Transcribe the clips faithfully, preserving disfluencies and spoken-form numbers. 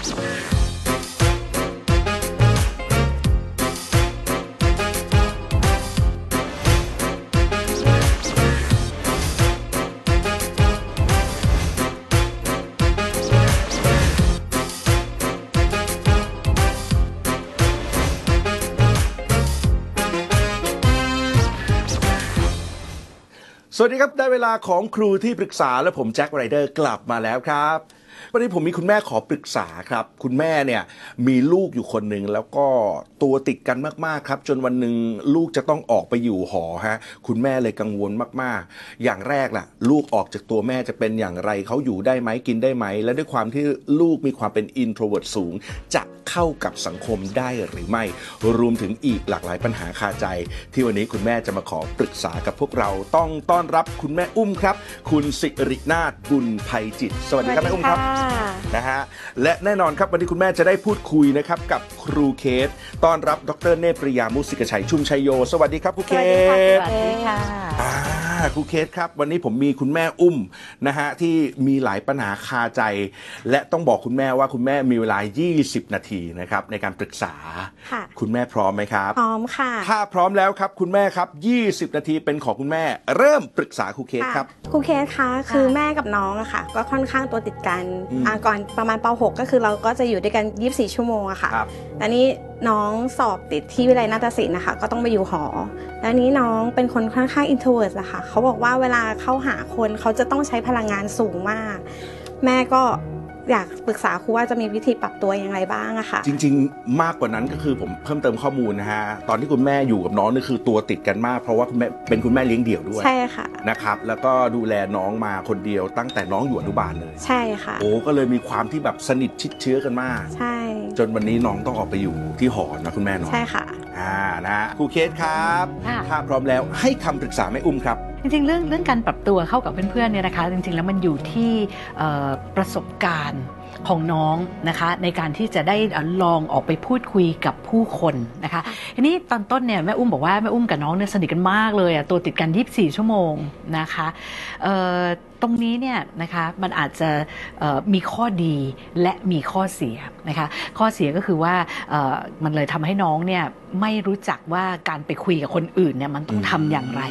สวัสดีครับได้เวลาของครูที่ปรึกษาและผมแจ็คไรเดอร์กลับมาแล้วครับวันนี้ผมมีคุณแม่ขอปรึกษาครับคุณแม่เนี่ยมีลูกอยู่คนหนึ่งแล้วก็ตัวติดกันมากๆครับจนวันหนึ่งลูกจะต้องออกไปอยู่หอฮะคุณแม่เลยกังวลมากๆอย่างแรกล่ะลูกออกจากตัวแม่จะเป็นอย่างไรเขาอยู่ได้ไหมกินได้ไหมและด้วยความที่ลูกมีความเป็น introvert สูงจะเข้ากับสังคมได้หรือไม่รวมถึงอีกหลากหลายปัญหาคาใจที่วันนี้คุณแม่จะมาขอปรึกษากับพวกเราต้องต้อนรับคุณแม่อุ้มครับคุณสิรินาถบุญไพจิตสวัสดีครับแม่อุ้มครับนะฮะและแน่นอนครับวันนี้คุณแม่จะได้พูดคุยนะครับกับครูเคสต้อนรับดร.เนตรปริยามุสิกชัยชุมชัยโยสวัสดีครับครูเคสสวัสดีค่ะครูเคสครับวันนี้ผมมีคุณแม่อุ้มนะฮะที่มีหลายปัญหาคาใจและต้องบอกคุณแม่ว่าคุณแม่มีเวลายี่สิบนาทีนะครับในการปรึกษาคุณแม่พร้อมไหมครับพร้อมค่ะถ้าพร้อมแล้วครับคุณแม่ครับยี่สิบนาทีเป็นของคุณแม่เริ่มปรึกษาครูเคสครับครูเคสคะคือแม่กับน้องอะค่ะก็ค่อนข้างตัวติดกันก่อนประมาณป หกก็คือเราก็จะอยู่ด้วยกันยี่สิบสี่ชั่วโมงอะค่ะแต่นี้น้องสอบติดที่วิทยาลัยนาฏศิลป์นะคะก็ต้องไปอยู่หอแล้วนี้น้องเป็นคนค่อนข้าง introvert อะค่ะเขาบอกว่าเวลาเข้าหาคนเขาจะต้องใช้พลังงานสูงมากแม่ก็อยากปรึกษาครูว่าจะมีวิธีปรับตัวยังไงบ้างอะค่ะจริงๆมากกว่านั้นก็คือผมเพิ่มเติมข้อมูลนะฮะตอนที่คุณแม่อยู่กับน้องนี่คือตัวติดกันมากเพราะว่าคุณแม่เป็นคุณแม่เลี้ยงเดี่ยวด้วยใช่ค่ะนะครับแล้วก็ดูแลน้องมาคนเดียวตั้งแต่น้องอยู่อนุบาลเลยใช่ค่ะโอ้ก็เลยมีความที่แบบสนิทชิดเชื้อกันมากใช่จนวันนี้น้องต้องออกไปอยู่ที่หอนะคุณแม่เนาะใช่ค่ะอ่านะครูเคสครับถ้าพร้อมแล้วให้คำปรึกษาแม่อุ้มครับจริงๆเรื่องเรื่องการปรับตัวเข้ากับเพื่อนๆเนี่ยนะคะจริงๆแล้วมันอยู่ที่ประสบการณ์ของน้องนะคะในการที่จะได้ลองออกไปพูดคุยกับผู้คนนะคะทีนี้ตอนต้นเนี่ยแม่อุ้มบอกว่าแม่อุ้มกับน้องเนี่ยสนิทกันมากเลยอ่ะตัวติดกันยี่สิบสี่ชั่วโมงนะคะตรงนี้เนี่ยนะคะมันอาจจะมีข้อดีและมีข้อเสียนะคะข้อเสียก็คือว่ามันเลยทำให้น้องเนี่ยไม่รู้จักว่าการไปคุยกับคนอื่นเนี่ยมันต้องทำอย่างไร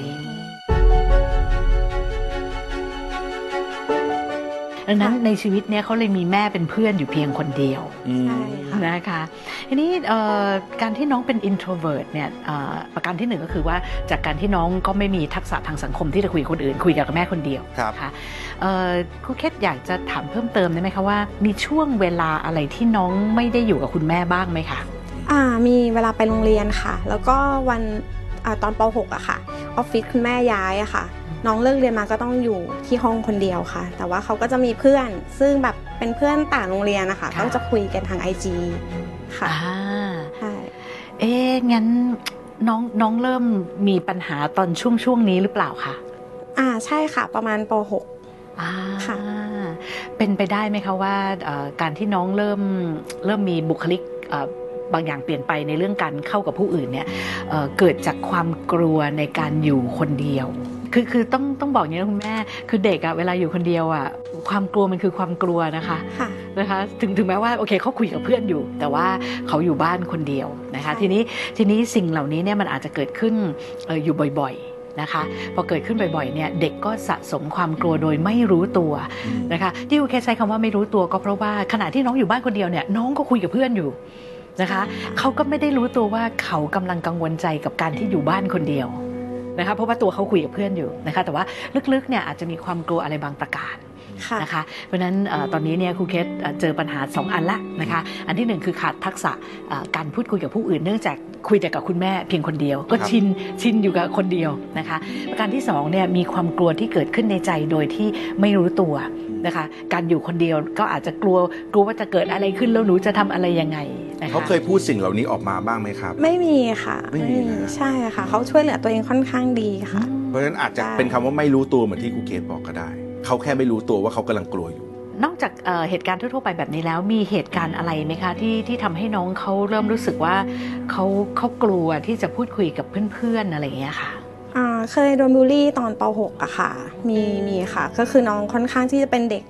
ดังนั้นในชีวิตเนี่ยเขาเลยมีแม่เป็นเพื่อนอยู่เพียงคนเดียวนะคะทีนี้การที่น้องเป็น introvert เนี่ยประการที่หนึ่งก็คือว่าจากการที่น้องก็ไม่มีทักษะทางสังคมที่จะคุยกับคนอื่นคุยกับแม่คนเดียวค่ะครูเคสอยากจะถามเพิ่มเติมได้ไหมคะว่ามีช่วงเวลาอะไรที่น้องไม่ได้อยู่กับคุณแม่บ้างไหมคะอ่ามีเวลาไปโรงเรียนค่ะแล้วก็วันตอนป หกอะค่ะออฟฟิศคุณแม่ย้ายอะค่ะน้องเลิกเรียนมาก็ต้องอยู่ที่ห้องคนเดียวค่ะแต่ว่าเขาก็จะมีเพื่อนซึ่งแบบเป็นเพื่อนต่างโรงเรียนนะคะต้องจะคุยกันทาง ไอ จี ค่ะใช่เอ๊ะงั้นน้องน้องเริ่มมีปัญหาตอนช่วงช่วงนี้หรือเปล่าคะอ่าใช่ค่ะประมาณป หกอ่าค่ะเป็นไปได้ไหมคะว่าการที่น้องเริ่มเริ่มมีบุคลิกบางอย่างเปลี่ยนไปในเรื่องการเข้ากับผู้อื่นเนี่ย เอ่อ เกิดจากความกลัวในการอยู่คนเดียวคือคือต้องต้องบอกอย่างนี้นะคุณแม่คือเด็กอะเวลาอยู่คนเดียวอะความกลัวมันคือความกลัวนะคะนะคะถึงถึงแม้ว่าโอเคเขาคุยกับเพื่อนอยู่แต่ว่าเขาอยู่บ้านคนเดียวนะคะทีนี้ทีนี้สิ่งเหล่านี้เนี่ยมันอาจจะเกิดขึ้นเอ่ออยู่บ่อยๆนะคะพอเกิดขึ้นบ่อยๆเนี่ยเด็กก็สะสมความกลัวโดยไม่รู้ตัวนะคะที่คุณแค่ใช้คำว่าไม่รู้ตัวก็เพราะว่าขณะที่น้องอยู่บ้านคนเดียวเนี่ยน้องก็คุยกับเพื่อนอยู่นะคะเขาก็ไม่ได้รู้ตัวว่าเขากำลังกังวลใจกับการที่อยู่บ้านคนเดียวนะคะเพราะว่าตัวเขาคุยกับเพื่อนอยู่นะคะแต่ว่าลึกๆเนี่ยอาจจะมีความกลัวอะไรบางประการนะคะเพราะฉะนั้นตอนนี้เนี่ยครูเคสเจอปัญหาสองอันละนะคะอันที่หนึ่งคือขาดทักษะการพูดคุยกับผู้อื่นเนื่องจากคุยแต่กับคุณแม่เพียงคนเดียวก็ชินชินอยู่กับคนเดียวนะคะประการที่สองเนี่ยมีความกลัวที่เกิดขึ้นในใจโดยที่ไม่รู้ตัวนะคะการอยู่คนเดียวก็อาจจะกลัวกลัวว่าจะเกิดอะไรขึ้นแล้วหนูจะทำอะไรยังไงเขาเคยพูดสิ่งเหล่านี้ออกมาบ้างไหมครับไม่มีค่ะไม่มีใช่ค่ะเขาช่วยเหลือตัวเองค่อนข้างดีค่ะเพราะฉะนั้นอาจจะเป็นคำว่าไม่รู้ตัวเหมือนที่ครูเกศบอกก็ได้เขาแค่ไม่รู้ตัวว่าเขากำลังกลัวอยู่นอกจากเหตุการณ์ทั่วๆไปแบบนี้แล้วมีเหตุการณ์อะไรไหมคะที่ที่ทำให้น้องเขาเริ่มรู้สึกว่าเขาเขากลัวที่จะพูดคุยกับเพื่อนๆอะไรอย่างเงี้ยค่ะเคยโดนบูลลี่ตอนป หกอะค่ะมีมีค่ะก็คือน้องค่อนข้างที่จะเป็นเด็ก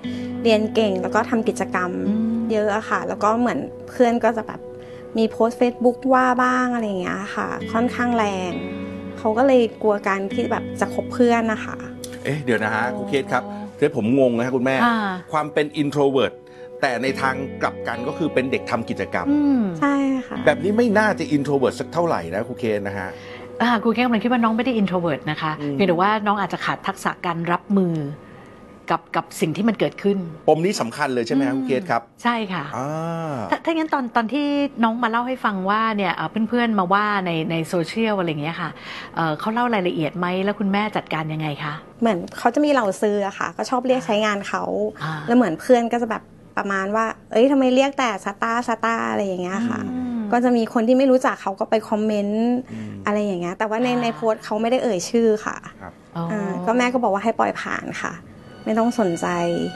เรียนเก่งแล้วก็ทำกิจกรรมเยอะอะค่ะแล้วก็เหมือนเพื่อนก็จะแบบมีโพสต์ Facebook ว่าบ้างอะไรอย่างเงี้ยค่ะค่อนข้างแรงเขาก็เลยกลัวการที่แบบจะคบเพื่อนนะคะเอ๊ะเดี๋ยวนะฮะครูเคสครับเดี๋ยวผมงงนะคุณแม่ความเป็น introvert แต่ในทางกลับกันก็คือเป็นเด็กทำกิจกรรมใช่ค่ะแบบนี้ไม่น่าจะ introvert สักเท่าไหร่นะครูเคสนะฮะครูเคสกำลังคิดว่าน้องไม่ได้ introvert นะคะเพียงแต่ว่าน้องอาจจะขาดทักษะการรับมือกับกับสิ่งที่มันเกิดขึ้นปมนี้สำคัญเลยใช่ไหมครับคุณเกศครับใช่ค่ะถ้าถ้างั้นตอนตอนที่น้องมาเล่าให้ฟังว่าเนี่ยเพื่อนๆมาว่าในในโซเชียลอะไรเงี้ยค่ะเขาเล่ารายละเอียดไหมแล้วคุณแม่จัดการยังไงคะเหมือนเขาจะมีเหล่าซื้ออะค่ะก็ชอบเรียกใช้งานเขาแล้วเหมือนเพื่อนก็จะแบบประมาณว่าเอ้ยทำไมเรียกแต่สตาร์สตาร์อะไรอย่างเงี้ยค่ะก็จะมีคนที่ไม่รู้จักเขาก็ไปคอมเมนต์อะไรอย่างเงี้ยแต่ว่าในในโพสต์เขาไม่ได้เอ่ยชื่อค่ะก็แม่ก็บอกว่าให้ปล่อยผ่านค่ะไม่ต้องสนใจ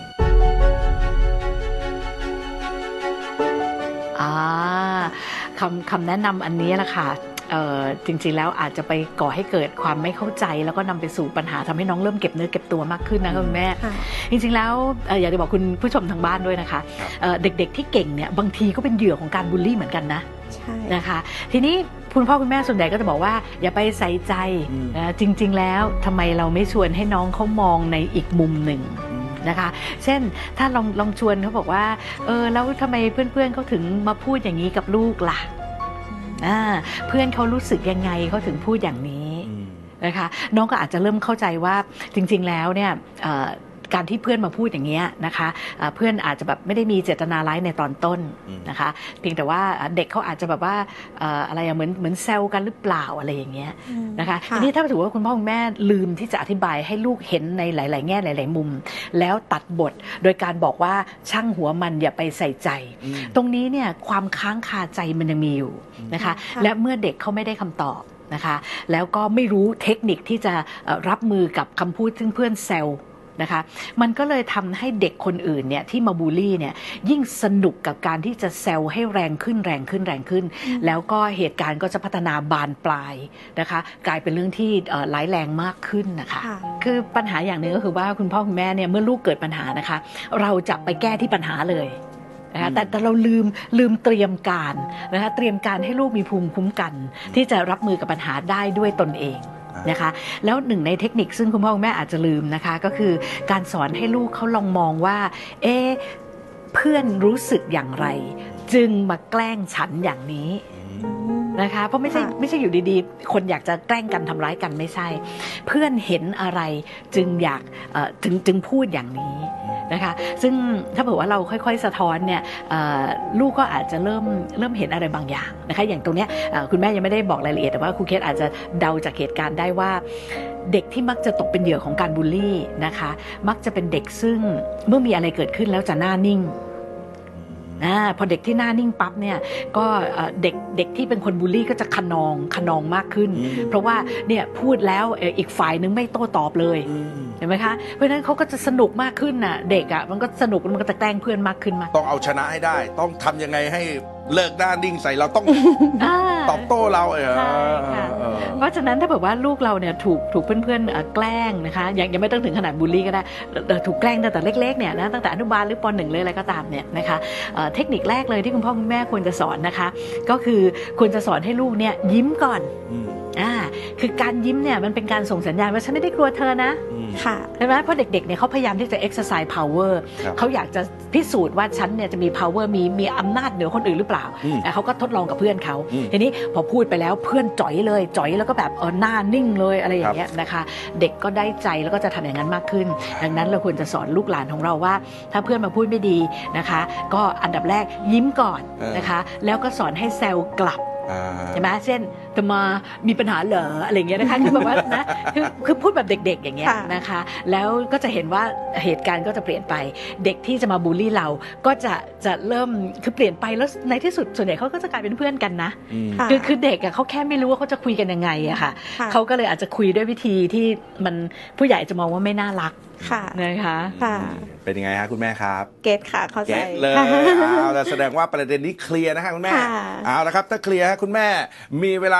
คำคำแนะนำอันนี้แหละค่ะจริงๆแล้วอาจจะไปก่อให้เกิดความไม่เข้าใจแล้วก็นำไปสู่ปัญหาทำให้น้องเริ่มเก็บเนื้อเก็บตัวมากขึ้นนะคะคุณแม่จริงๆแล้วอยากจะบอกคุณผู้ชมทางบ้านด้วยนะคะเด็กๆที่เก่งเนี่ยบางทีก็เป็นเหยื่อของการบูลลี่เหมือนกันนะนะคะทีนี้คุณพ่อคุณแม่ส่วนใหญ่ก็จะบอกว่าอย่าไปใส่ใจนะจริงๆแล้วทำไมเราไม่ชวนให้น้องเขามองในอีกมุมหนึ่งนะคะเช่นถ้าลองลองชวนเขาบอกว่าเออแล้วทำไมเพื่อนๆเขาถึงมาพูดอย่างนี้กับลูกล่ะเพื่อนเขารู้สึกยังไงเขาถึงพูดอย่างนี้นะคะน้องก็อาจจะเริ่มเข้าใจว่าจริงๆแล้วเนี่ยการที่เพื่อนมาพูดอย่างเงี้ยนะคะเพื่อนอาจจะแบบไม่ได้มีเจตนาร้ายในตอนต้นนะคะเพียงแต่ว่าเด็กเขาอาจจะแบบว่าอะไรเหมือนเหมือนแซวกันหรือเปล่าอะไรอย่างเงี้ยนะคะทีนี้ถ้าถือว่าคุณพ่อคุณแม่ลืมที่จะอธิบายให้ลูกเห็นในหลายๆแง่หลายๆมุมแล้วตัดบทโดยการบอกว่าช่างหัวมันอย่าไปใส่ใจตรงนี้เนี่ยความค้างคาใจมันยังมีอยู่นะคะและเมื่อเด็กเขาไม่ได้คำตอบนะคะแล้วก็ไม่รู้เทคนิคที่จะรับมือกับคำพูดซึ่งเพื่อนแซวนะคะมันก็เลยทำให้เด็กคนอื่นเนี่ยที่มาบูลลี่เนี่ยยิ่งสนุกกับการที่จะแซวให้แรงขึ้นแรงขึ้นแรงขึ้นแล้วก็เหตุการณ์ก็จะพัฒนาบานปลายนะคะกลายเป็นเรื่องที่ร้ายแรงมากขึ้นนะคะคือปัญหาอย่างหนึ่งก็คือว่าคุณพ่อคุณแม่เนี่ยเมื่อลูกเกิดปัญหานะคะเราจะไปแก้ที่ปัญหาเลยนะคะแต่แต่เราลืมลืมเตรียมการนะคะเตรียมการให้ลูกมีภูมิคุ้มกันที่จะรับมือกับปัญหาได้ด้วยตนเองนะคะแล้วหนึ่งในเทคนิคซึ่งคุณพ่อคุณแม่อาจจะลืมนะคะก็คือการสอนให้ลูกเขาลองมองว่าเอ๊ะเพื่อนรู้สึกอย่างไรจึงมาแกล้งฉันอย่างนี้นะคะเพราะไม่ใช่ไม่ใช่อยู่ดีๆคนอยากจะแกล้งกันทำร้ายกันไม่ใช่เพื่อนเห็นอะไรจึงอยากจึงจึงพูดอย่างนี้นะคะซึ่งถ้าเผื่อว่าเราค่อยๆสะท้อนเนี่ยลูกก็อาจจะเริ่มเริ่มเห็นอะไรบางอย่างนะคะอย่างตรงเนี้ยคุณแม่ยังไม่ได้บอกรายละเอียดแต่ว่าครูเคสอาจจะเดาจากเหตุการณ์ได้ว่าเด็กที่มักจะตกเป็นเหยื่อของการบูลลี่นะคะมักจะเป็นเด็กซึ่งเมื่อมีอะไรเกิดขึ้นแล้วจะหน้านิ่งอ่าพอเด็กที่หน้านิ่งปั๊บเนี่ยก็เด็กเด็กที่เป็นคนบูลลี่ก็จะขนองขนองมากขึ้นเพราะว่าเนี่ยพูดแล้วอีกฝ่ายนึงไม่โต้ตอบเลยเห็นไหมคะเพราะฉะนั้นเขาก็จะสนุกมากขึ้นน่ะเด็กอ่ะมันก็สนุกมันก็จะแกล้งเพื่อนมากขึ้นมากต้องเอาชนะให้ได้ต้องทำยังไงให้เลิกหน้านิ่งใส่เราต้องตอบโต้เราเออเพราะฉะนั้นถ้าแบบว่าลูกเราเนี่ยถูกถูกเพื่อนๆแกล้งนะคะยังยังไม่ต้องถึงขนาดบูลลี่ก็ได้ถูกแกล้งตั้งแต่เล็กๆเนี่ยนะตั้งแต่อนุบาลหรือป.หนึ่งเลยอะไรก็ตามเนี่ยนะคะเทคนิคแรกเลยที่คุณพ่อคุณแม่ควรจะสอนนะคะก็คือควรจะสอนให้ลูกเนี่ยยิ้มก่อนอ่าคือการยิ้มเนี่ยมันเป็นการส่งสัญญาณว่าฉันไม่ได้กลัวเธอนะค่ะใช่ไหมเพราะเด็กๆเนี่ยเขาพยายามที่จะ exercise power เขาอยากจะพิสูจน์ว่าฉันเนี่ยจะมี power มีมีอำนาจเหนือคนอื่นหรือเปล่าแต่เขาก็ทดลองกับเพื่อนเขาทีนี้พอพูดไปแล้วเพื่อนจ่อยเลยจ่อยแล้วก็แบบเออหน้านิ่งเลยอะไรอย่างเงี้ยนะคะเด็กก็ได้ใจแล้วก็จะทำอย่างนั้นมากขึ้นดังนั้นเราควรจะสอนลูกหลานของเราว่าถ้าเพื่อนมาพูดไม่ดีนะคะก็อันดับแรกยิ้มก่อนนะคะแล้วก็สอนให้แซวกลับใช่ไหมเช่นจะมามีปัญหาเหรออะไรเงี้ยนะคะคือแบบว่านะคือคือพูดแบบเด็กๆอย่างเงี้ยนะคะแล้วก็จะเห็นว่าเหตุการณ์ก็จะเปลี่ยนไปเด็กที่จะมาบูลลี่เราก็จะจะเริ่มคือเปลี่ยนไปแล้วในที่สุดส่วนใหญ่เขาก็จะกลายเป็นเพื่อนกันนะคือคือเด็กอะเขาแค่ไม่รู้ว่าเขาจะคุยกันยังไงอะค่ะเขาก็เลยอาจจะคุยด้วยวิธีที่มันผู้ใหญ่จะมองว่าไม่น่ารักนะคะเป็นยังไงฮะคุณแม่ครับเก็ตค่ะเข้าใจเลยเอาแต่แสดงว่าประเด็นนี้เคลียร์นะคะคุณแม่เอาละครับถ้าเคลียร์คุณแม่มีเวลา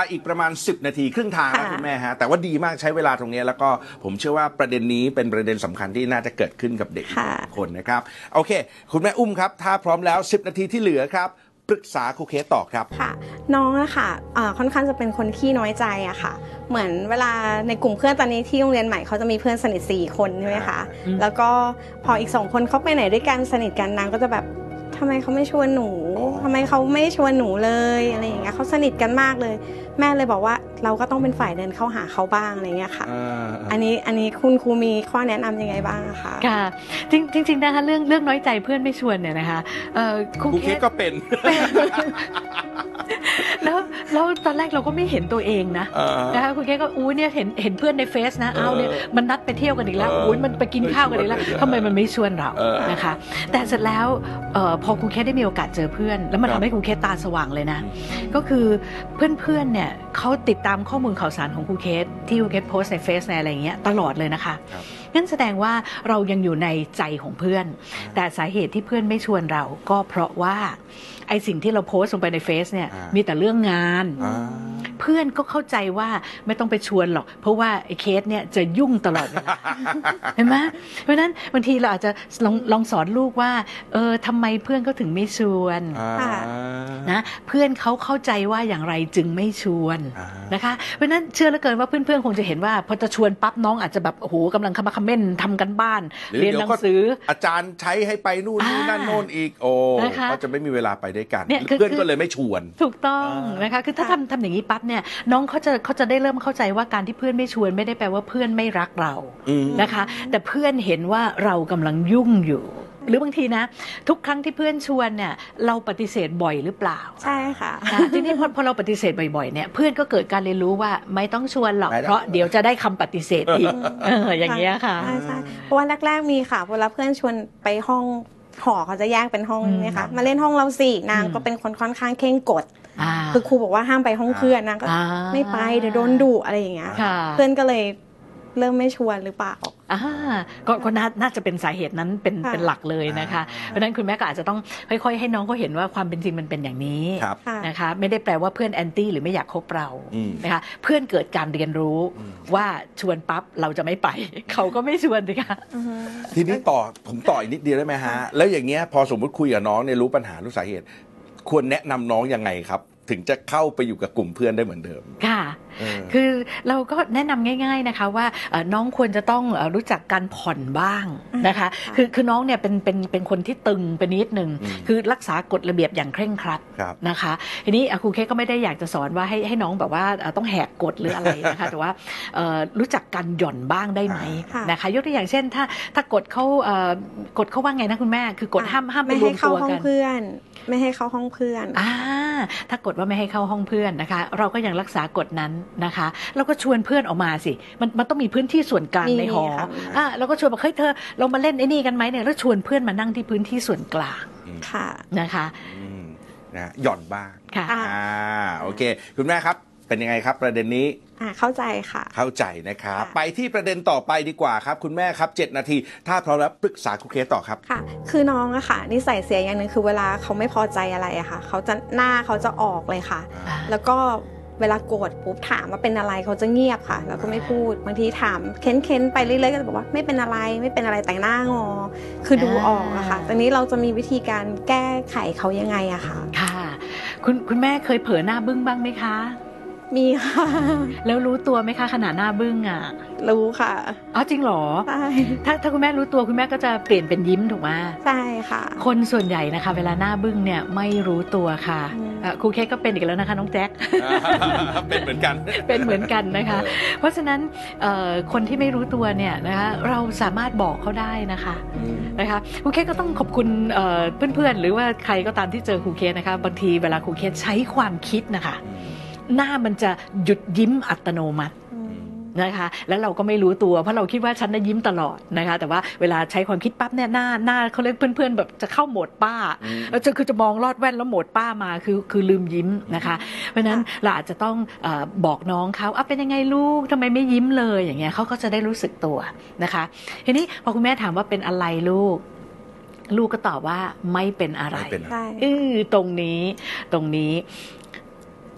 อีกประมาณสิบนาทีครึ่งทางแล้วคุณแม่ฮะแต่ว่าดีมากใช้เวลาตรงนี้แล้วก็ผมเชื่อว่าประเด็นนี้เป็นประเด็นสำคัญที่น่าจะเกิดขึ้นกับเด็กคนนะครับโอเคคุณแม่อุ้มครับถ้าพร้อมแล้วสิบนาทีที่เหลือครับปรึกษาครูเคสต่อครับค่ะน้องอะค่ะค่อนข้างจะเป็นคนขี้น้อยใจอะค่ะเหมือนเวลาในกลุ่มเพื่อนตอนนี้ที่โรงเรียนใหม่เขาจะมีเพื่อนสนิทสี่คนใช่ไหมคะแล้วก็พออีกสองคนเขาไปไหนด้วยกันสนิทกันนางก็จะแบบทำไมเขาไม่ชวนหนูทำไมเขาไม่ชวนหนูเลยอะไรอย่างเงี้ยเขาสนิทกันมากเลยแม่เลยบอกว่าเราก็ต้องเป็นฝ่ายเดินเข้าหาเขาบ้างอะไรเงี้ยค่ะอันนี้อันนี้คุณครูมีข้อแนะนำยังไงบ้างคะค่ะจริงจริงนะคะเรื่องเรื่องน้อยใจเพื่อนไม่ชวนเนี่ยนะคะครูเคสก็เป็นแล้วแล้วตอนแรกเราก็ไม่เห็นตัวเองนะนะคะคุณเคสก็อุ้ยเนี่ยเห็นเห็นเพื่อนในเฟซนะเอาเนี่ยมันนัดไปเที่ยวกันอีกแล้วอุ้ยมันไปกินข้าวกันอีกแล้วทำไมมันไม่ชวนเรานะคะแต่เสร็จแล้วพอครูเคสได้มีโอกาสเจอเพื่อนแล้วมันทำให้ครูเคสตาสว่างเลยนะก็คือเพื่อนๆเนี่ยเขาติดตามข้อมูลข่าวสารของครูเคสที่ครูเคสโพสในเฟซในอะไรอย่างเงี้ยตลอดเลยนะคะนั่นแสดงว่าเรายังอยู่ในใจของเพื่อนแต่สาเหตุที่เพื่อนไม่ชวนเราก็เพราะว่าไอสิ่งที่เราโพสต์ลงไปในเฟซเนี่ยมีแต่เรื่องงานเพื่อนก็เข้าใจว่าไม่ต้องไปชวนหรอกเพราะว่าไอเคสเนี่ยจะยุ่งตลอดเวลาเห็นไหมเพราะนั้นบางทีเราอาจจะลองลองสอนลูกว่าเออทำไมเพื่อนเขาถึงไม่ชวนนะเพื่อนเขาเข้าใจว่าอย่างไรจึงไม่ชวนนะคะเพราะนั้นเชื่อเหลือเกินว่าเพื่อนๆคงจะเห็นว่าพอจะชวนปั๊บน้องอาจจะแบบโอ้โหกำลังคำคอมเมนต์ทำกันบ้านเรียนหนังสืออาจารย์ใช้ให้ไปนู่นนี่นั่นโน่นอีกโอ้ก็จะไม่มีเวลาไปด้วยกันเพื่อนก็เลยไม่ชวนถูกต้องนะคะคือถ้าทำทำอย่างนี้ปั๊บเนี่ยน้องเขาจะเขาจะได้เริ่มเข้าใจว่าการที่เพื่อนไม่ชวนไม่ได้แปลว่าเพื่อนไม่รักเรานะคะแต่เพื่อนเห็นว่าเรากำลังยุ่งอยู่หรือบางทีนะทุกครั้งที่เพื่อนชวนเนี่ยเราปฏิเสธบ่อยหรือเปล่าใช่ค่ะทีนี้พอพอเราปฏิเสธบ่อยๆเนี่ยเพื่อนก็เกิดการเรียนรู้ว่าไม่ต้องชวนหรอกเพราะเดี๋ยวจะได้คำปฏิเสธอีกเอออย่างเงี้ยค่ะใช่ใช่เพราะว่าแรกๆมีค่ะเวลาเพื่อนชวนไปห้องหอเขาจะแยกเป็นห้องนี่ค่ะมาเล่นห้องเราสินางก็เป็นคนค่อนข้างเคร่งกฎคือครูบอกว่าห้ามไปห้องเพื่อนนางก็ไม่ไปเดี๋ยวโดนดุอะไรอย่างเงี้ยเพื่อนก็เลยเริ่มไม่ชวนหรือเปล่าอ่าก็ก็น่าจะเป็นสาเหตุนั้นเป็นเป็นหลักเลยนะคะเพราะฉะนั้นคุณแม่ก็อาจจะต้องค่อยๆให้น้องเขาเห็นว่าความเป็นจริงมันเป็นอย่างนี้นะคะไม่ได้แปลว่าเพื่อนแอนตี้หรือไม่อยากคบเรานะคะเพื่อนเกิดการเรียนรู้ว่าชวนปั๊บเราจะไม่ไปเขาก็ไม่ชวนสิคะทีนี้ต่อผมต่ออีกนิดเดียวได้ไหมฮะแล้วอย่างเงี้ยพอสมมติคุยกับน้องเนี่ยรู้ปัญหารู้สาเหตุควรแนะนำน้องยังไงครับถึงจะเข้าไปอยู่กับกลุ่มเพื่อนได้เหมือนเดิมค่ะคือเราก็แนะนำง่ายๆนะคะว่าน้องควรจะต้องรู้จักการผ่อนบ้างนะคะคือคือน้องเนี่ยเป็นเป็นเป็นคนที่ตึงเป็นนิดนึงคือรักษากฎระเบียบอย่างเคร่งครัดนะคะทีนี้ครูเคก็ไม่ได้อยากจะสอนว่าให้ให้น้องแบบว่าต้องแหกกฎหรืออะไรนะคะแต่ว่ารู้จักการหย่อนบ้างได้ไหมนะคะยกตัวอย่างเช่นถ้าถ้ากฎเขากฎเขาว่าไงนะคุณแม่คือกฎห้ามห้ามไปรวมตัวกันไม่ให้เข้าห้องเพื่อนอ่าถ้ากฎว่าไม่ให้เข้าห้องเพื่อนนะคะเราก็ยังรักษากฎนั้นนะคะเราก็ชวนเพื่อนออกมาสิมันมันต้องมีพื้นที่ส่วนกลางในหออ่าเราก็ชวนบอกเฮ้ยเธอเรามาเล่นไอ้นี่กันไหมเนี่ยแล้วชวนเพื่อนมานั่งที่พื้นที่ส่วนกลางค่ะนะคะนะหย่อนบ้างค่ะอ่าโอเคคุณแม่ครับเป็นยังไงครับประเด็นนี้เข้าใจค่ะเข้าใจนะครับไปที่ประเด็นต่อไปดีกว่าครับคุณแม่ครับเจ็ดนาทีถ้าพร้อมแล้วปรึกษาครูเคสต่อครับค่ะคือน้องอะค่ะนิสัยเสียอย่างหนึ่งคือเวลาเขาไม่พอใจอะไรอะค่ะเขาจะหน้าเขาจะออกเลยค่ะแล้วก็เวลาโกรธปุ๊บถามว่าเป็นอะไรเขาจะเงียบค่ะแล้วก็ไม่พูดบางทีถามเค้นๆไปเรื่อยๆก็จะบอกว่าไม่เป็นอะไรไม่เป็นอะไรแต่หน้างอคือดูออกอะค่ะตอนนี้เราจะมีวิธีการแก้ไขเขายังไงอะค่ะค่ะคุณคุณแม่เคยเผลอหน้าบึ้งบ้างไหมคะมีค่ะแล้วรู้ตัวไหมคะขนาดหน้าบึ้งอ่ะรู้ค่ะอ๋อจริงเหรอใช่ถ้าถ้าคุณแม่รู้ตัวคุณแม่ก็จะเปลี่ยนเป็นยิ้มถูกไหมใช่ค่ะคนส่วนใหญ่นะคะเวลาหน้าบึ้งเนี่ยไม่รู้ตัวค่ะครูเคสก็เป็นอีกแล้วนะคะน้องแจ็คเป็นเหมือนกันเป็นเหมือนกันนะคะเพราะฉะนั้นคนที่ไม่รู้ตัวเนี่ยนะคะเราสามารถบอกเขาได้นะคะนะคะครูเคสก็ต้องขอบคุณเพื่อนๆหรือว่าใครก็ตามที่เจอครูเคสนะคะบางทีเวลาครูเคสใช้ความคิดนะคะหน้ามันจะหยุดยิ้มอัตโนมัตินะคะแล้วเราก็ไม่รู้ตัวเพราะเราคิดว่าฉันน่ะยิ้มตลอดนะคะแต่ว่าเวลาใช้ความคิดปั๊บเนี่ยหน้าหน้าเขาเรียกเพื่อนๆแบบจะเข้าโหมดป้าแล้วจะคือจะมองลอดแว่นแล้วโหมดป้ามาคือคือลืมยิ้มนะคะเพราะฉะนั้นเราอาจจะต้องเอ่อบอกน้องเขาอ่ะเป็นยังไงลูกทำไมไม่ยิ้มเลยอย่างเงี้ยเขาก็จะได้รู้สึกตัวนะคะทีนี้พอคุณแม่ถามว่าเป็นอะไรลูกลูกก็ตอบว่าไม่เป็นอะไรเออตรงนี้ตรงนี้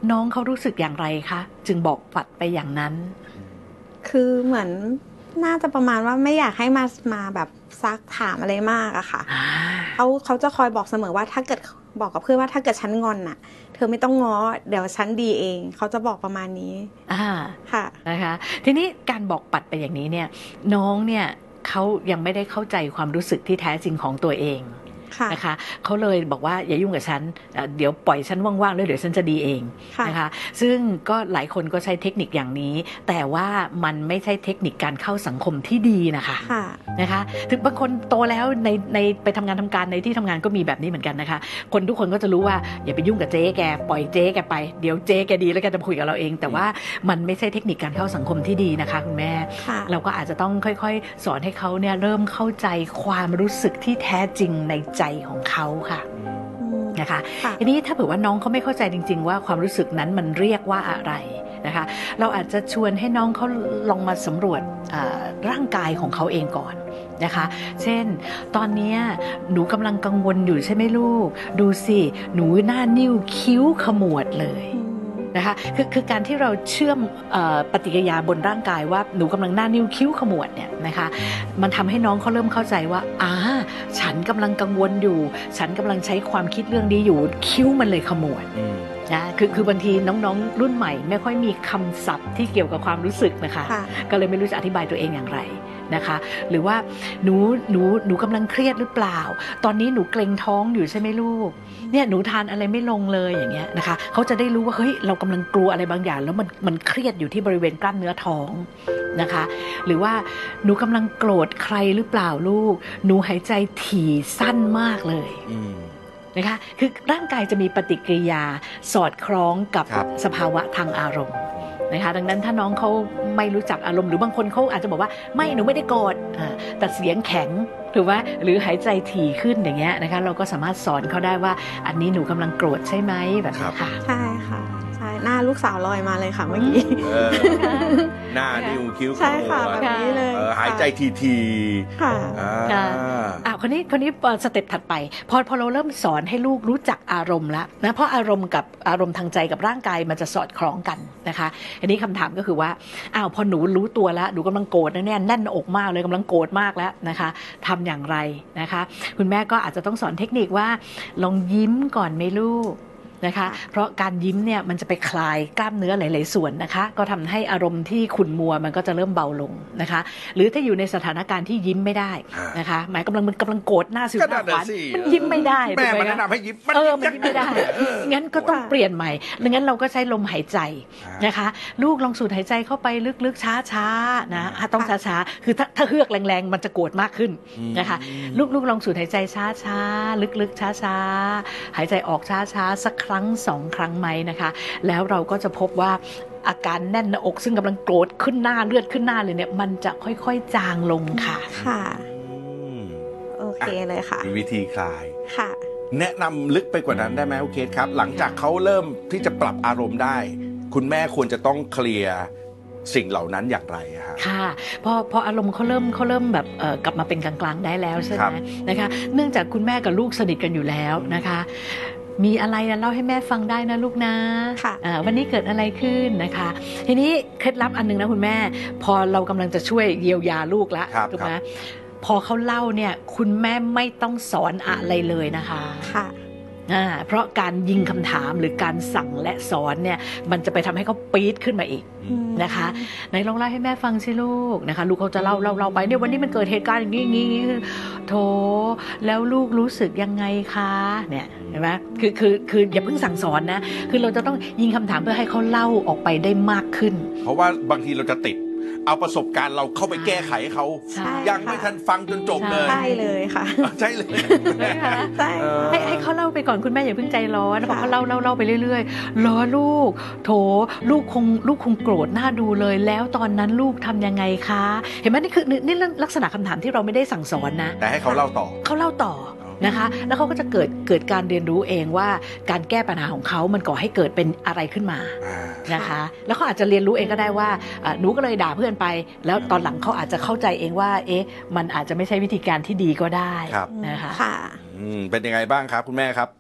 น้องเขารู้สึกอย่างไรคะจึงบอกปัดไปอย่างนั้นคือเหมือนน่าจะประมาณว่าไม่อยากให้มามาแบบซักถามอะไรมากอะค่ะเขาเขาจะคอยบอกเสมอว่าถ้าเกิดบอกกับเพื่อนว่าถ้าเกิดฉันงอนน่ะเธอไม่ต้องง้อเดี๋ยวฉันดีเองเขาจะบอกประมาณนี้อ่าค่ะนะคะทีนี้การบอกปัดไปอย่างนี้เนี่ยน้องเนี่ยเขายังไม่ได้เข้าใจความรู้สึกที่แท้จริงของตัวเองนะคะเขาเลยบอกว่าอย่ายุ่งกับฉันเดี๋ยวปล่อยฉันว่างๆแล้วเดี๋ยวฉันจะดีเองนะคะซึ่งก็หลายคนก็ใช้เทคนิคอย่างนี้แต่ว่ามันไม่ใช่เทคนิคการเข้าสังคมที่ดีนะคะนะคะถึงบางคนโตแล้วในในไปทำงานทำการในที่ทำงานก็มีแบบนี้เหมือนกันนะคะคนทุกคนก็จะรู้ว่าอย่าไปยุ่งกับเจ๊แกปล่อยเจ๊แกไปเดี๋ยวเจ๊แกดีแล้วแกจะคุยกับเราเองแต่ว่ามันไม่ใช่เทคนิคการเข้าสังคมที่ดีนะคะคุณแม่เราก็อาจจะต้องค่อยๆสอนให้เขาเนี่ยเริ่มเข้าใจความรู้สึกที่แท้จริงในใจของเขาค่ะนะคะทีนี้ถ้าเผื่อว่าน้องเขาไม่เข้าใจจริงๆว่าความรู้สึกนั้นมันเรียกว่าอะไรนะคะเราอาจจะชวนให้น้องเขาลองมาสำรวจร่างกายของเขาเองก่อนนะคะเช่นตอนนี้หนูกำลังกังวลอยู่ใช่ไหมลูกดูสิหนูหน้านิ้วคิ้วขมวดเลยนะคะคือคือการที่เราเชื่อมปฏิกิริยาบนร่างกายว่าหนูกำลังหน้านิ้วคิ้วขมวดเนี่ยนะคะมันทำให้น้องเขาเริ่มเข้าใจว่าอ่าฉันกำลังกังวลอยู่ฉันกำลังใช้ความคิดเรื่องนี้อยู่คิ้วมันเลยขมวดนะคือคือบางทีน้องๆรุ่นใหม่ไม่ค่อยมีคำศัพท์ที่เกี่ยวกับความรู้สึกนะคะก็เลยไม่รู้จะอธิบายตัวเองอย่างไรนะคะหรือว่าหนูหนูหนูกำลังเครียดหรือเปล่าตอนนี้หนูเกร็งท้องอยู่ใช่ไหมลูกเนี่ยหนูทานอะไรไม่ลงเลยอย่างเงี้ยนะคะเขาจะได้รู้ว่าเฮ้ยเรากำลังกลัวอะไรบางอย่างแล้วมันมันเครียดอยู่ที่บริเวณกล้ามเนื้อท้องนะคะหรือว่าหนูกำลังโกรธใครหรือเปล่าลูกหนูหายใจถี่สั้นมากเลยนะคะคือร่างกายจะมีปฏิกิริยาสอดคล้องกับสภาวะทางอารมณ์นะคะดังนั้นถ้าน้องเขาไม่รู้จักอารมณ์หรือบางคนเขาอาจจะบอกว่าไม่หนูไม่ได้โกรธแต่เสียงแข็งหรือว่าหรือหายใจถี่ขึ้นอย่างเงี้ยนะคะเราก็สามารถสอนเขาได้ว่าอันนี้หนูกำลังโกรธใช่ไหมแบบนี้ค่ะใช่ค่ะใช่หน้าลูกสาวลอยมาเลยค่ะเมื่อกี้หน้านิ้วคิ้วใช่ค่ะแบบนี้เลยหายใจทีๆค่ะอ่าคนนี้คนนี้สเต็ปถัดไปพอพอเราเริ่มสอนให้ลูกรู้จักอารมณ์แล้วนะเพราะอารมณ์กับอารมณ์ทางใจกับร่างกายมันจะสอดคล้องกันนะคะอันนี้คำถามก็คือว่าอ้าวพอหนูรู้ตัวแล้วหนูกำลังโกรธนะเนี่ยแน่นอกมากเลยกำลังโกรธมากแล้วนะคะทำอย่างไรนะคะคุณแม่ก็อาจจะต้องสอนเทคนิคว่าลองยิ้มก่อนไหมลูกนะคะเพราะการยิ้มเนี่ยมันจะไปคลายกล้ามเนื้อหลายๆส่วนนะคะก็ทำให้อารมณ์ที่ขุ่นมัวมันก็จะเริ่มเบาลงนะคะหรือถ้าอยู่ในสถานการณ์ที่ยิ้มไม่ได้นะคะหมายกำลังมันกำลังโกรธหน้าสิวหน้าขวานมันยิ้มไม่ได้แม่มันแนะนำให้ยิ้มเออมันยิ้มไม่ได้งั้นก็ต้องเปลี่ยนใหม่ดังนั้นเราก็ใช้ลมหายใจนะคะลูกลองสูดหายใจเข้าไปลึกๆช้าๆนะต้องช้าๆคือถ้าถ้าเฮือกแรงๆมันจะโกรธมากขึ้นนะคะลูกๆลองสูดหายใจช้าๆลึกๆช้าๆหายใจออกช้าๆสักครั้งสองครั้งไหมนะคะแล้วเราก็จะพบว่าอาการแน่นหน้าอกซึ่งกำลังโกรธขึ้นหน้าเลือดขึ้นหน้าเลยเนี่ยมันจะค่อยๆจางลงค่ะค่ะโอเคเลยค่ะมีวิธีคลายค่ะแนะนำลึกไปกว่านั้นได้ไหมโอเคครับหลังจากเขาเริ่มที่จะปรับอารมณ์ได้คุณแม่ควรจะต้องเคลียร์สิ่งเหล่านั้นอย่างไรคะค่ะพอพออารมณ์เขาเริ่มเขาเริ่มแบบเอ่อกลับมาเป็นกลางๆได้แล้วใช่ไหมนะคะเนื่องจากคุณแม่กับลูกสนิทกันอยู่แล้วนะคะมีอะไรนะเล่าให้แม่ฟังได้นะลูกนะวันนี้เกิดอะไรขึ้นนะคะทีนี้เคล็ดลับอันนึงนะคุณแม่พอเรากำลังจะช่วยเยียวยาลูกแล้วถูกไหมพอเขาเล่าเนี่ยคุณแม่ไม่ต้องสอนอะไรเลยนะคะค่ะเพราะการยิงคำถามหรือการสั่งและสอนเนี่ยมันจะไปทำให้เขาปี๊ดขึ้นมาอีกนะคะไหนลองเล่าให้แม่ฟังสิลูกนะคะลูกเขาจะเล่าเล่าเล่าไปเนี่ยวันนี้มันเกิดเหตุการณ์อย่างนี้อย่างนี้โถแล้วลูกรู้สึกยังไงคะเนี่ยเห็นไหมคือคือคืออย่าเพิ่งสั่งสอนนะคือเราจะต้องยิงคำถามเพื่อให้เขาเล่าออกไปได้มากขึ้นเพราะว่าบางทีเราจะติดเอาประสบการณ์เราเข้าไปแก้ไขเขายังไม่ทันฟังจนจบเลยใช่เลยค่ะใช่เลยใช่ให้ให้เขาเล่าไปก่อนคุณแม่อย่าเพิ่งใจร้อนพอเขาเล่าเล่าเล่าไปเรื่อยๆรอลูกโถลูกคงลูกคงโกรธน่าดูเลยแล้วตอนนั้นลูกทำยังไงคะเห็นไหมนี่คือนี่ลักษณะคำถามที่เราไม่ได้สั่งสอนนะแต่ให้เขาเล่าต่อเขาเล่าต่อนะคะแล้วเขาก็จะเกิดเกิดการเรียนรู้เองว่าการแก้ปัญหาของเขามันก่อให้เกิดเป็นอะไรขึ้นมานะคะแล้วเขาอาจจะเรียนรู้เองก็ได้ว่าหนูก็เลยด่าเพื่อนไปแล้วตอนหลังเขาอาจจะเข้าใจเองว่าเอ๊ะมันอาจจะไม่ใช่วิธีการที่ดีก็ได้นะคะค่ะเป็นยังไงบ้างครับคุณแม่ครับ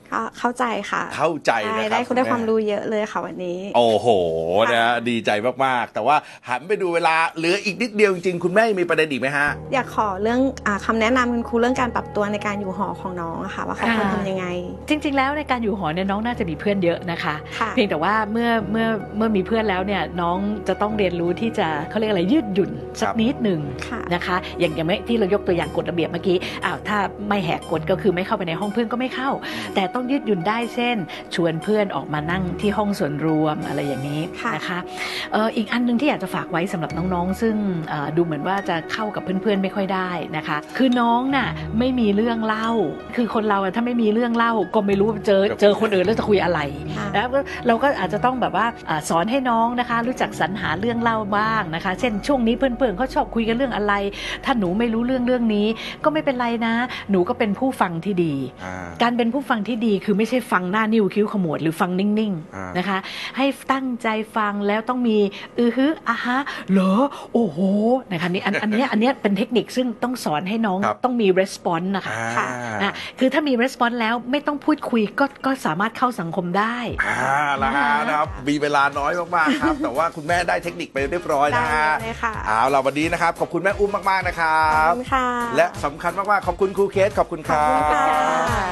ก็เข้าใจค่ะเข้าใจนะครับได้คุณได้ความรู้เยอะเลยค่ะวันนี้โอ้โหนะดีใจมากๆแต่ว่าหันไปดูเวลาเหลืออีกนิดเดียวจริงๆคุณแม่มีประเด็นอีกไหมฮะอยากขอเรื่องอ่าคำแนะนำคุณครูเรื่องการปรับตัวในการอยู่หอของน้องอะค่ะว่าเขาควรทำยังไงจริงๆแล้วในการอยู่หอเนี่ยน้องน่าจะมีเพื่อนเยอะนะคะค่ะเพียงแต่ว่าเมื่อเมื่อเมื่อมีเพื่อนแล้วเนี่ยน้องจะต้องเรียนรู้ที่จะเขาเรียกอะไรยืดหยุ่นสักนิดหนึ่งนะคะอย่างอย่างที่เรายกตัวอย่างกฎระเบียบเมื่อกี้อ้าวถ้าไม่แหกกฎก็คือไม่เข้าไปในห้องเพื่อนก็ไม่เข้าแต่ต้องยืดหยุ่นได้เช่นชวนเพื่อนออกมานั่งที่ห้องส่วนรวมอะไรอย่างนี้นะคะเอ่ออีกอันนึงที่อยากจะฝากไว้สำหรับน้องๆซึ่งดูเหมือนว่าจะเข้ากับเพื่อนๆไม่ค่อยได้นะคะคือน้องน่ะไม่มีเรื่องเล่าคือคนเราถ้าไม่มีเรื่องเล่าก็ไม่รู้เจอเจอคนอื่นแล้วจะคุยอะไรแล้วเราก็อาจจะต้องแบบว่าสอนให้น้องนะคะรู้จักสรรหาเรื่องเล่าบ้างนะคะเช่นช่วงนี้เพื่อนๆเขาชอบคุยกันเรื่องอะไรถ้าหนูไม่รู้เรื่องเรื่องนี้ก็ไม่เป็นไรนะหนูก็เป็นผู้ฟังที่ดีการเป็นผู้ฟังที่ดีคือไม่ใช่ฟังหน้านิ้วคิ้วขมวดหรือฟังนิ่งๆนะคะให้ตั้งใจฟังแล้วต้องมีอือฮึอ่ะฮะเหรอโอ้โหนะคะนี่อันอันนี้อันนี้เป็นเทคนิคซึ่งต้องสอนให้น้องต้องมี response นะคะค่ะนะคือถ้ามี response แล้วไม่ต้องพูดคุยก็ก็สามารถเข้าสังคมได้อ่าแล้วนะครับมีเวลาน้อยมากๆครับแต่ว่าคุณแม่ได้เทคนิคไปเรียบร้อยนะฮะเอาล่ะวันนี้นะครับขอบคุณแม่อุ้มมากๆนะครับขอบคุณค่ะและสำคัญมากๆขอบคุณครูเคสขอบคุณครับ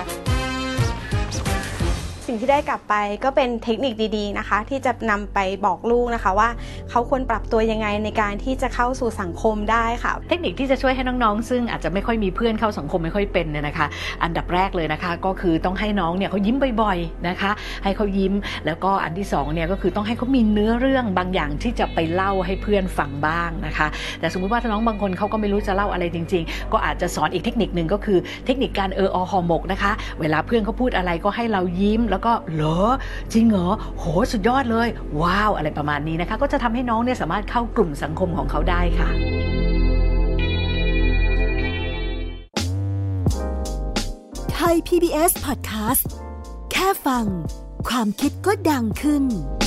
สิ่งที่ได้กลับไปก็เป็นเทคนิคดีๆนะคะที่จะนำไปบอกลูกนะคะว่าเขาควรปรับตัวยังไงในการที่จะเข้าสู่สังคมได้ค่ะเทคนิคที่จะช่วยให้น้องๆซึ่งอาจจะไม่ค่อยมีเพื่อนเข้าสังคมไม่ค่อยเป็นเนี่ยนะคะอันดับแรกเลยนะคะก็คือต้องให้น้องเนี่ยเขายิ้มบ่อยๆนะคะให้เขายิ้มแล้วก็อันที่สองเนี่ยก็คือต้องให้เขามีเนื้อเรื่องบางอย่างที่จะไปเล่าให้เพื่อนฟังบ้างนะคะแต่สมมุติว่าถ้าน้องบางคนเขาก็ไม่รู้จะเล่าอะไรจริงๆก็อาจจะสอนอีกเทคนิคนึงก็คือเทคนิคการเอออหอหมกนะคะเวลาเพื่อนเขาพูดอะไรก็ให้เรายิ้มแล้วก็เหรอจริงเหรอโหสุดยอดเลยว้าวอะไรประมาณนี้นะคะก็จะทำให้น้องเนี่ยสามารถเข้ากลุ่มสังคมของเขาได้ค่ะไทย พี บี เอส Podcast แค่ฟังความคิดก็ดังขึ้น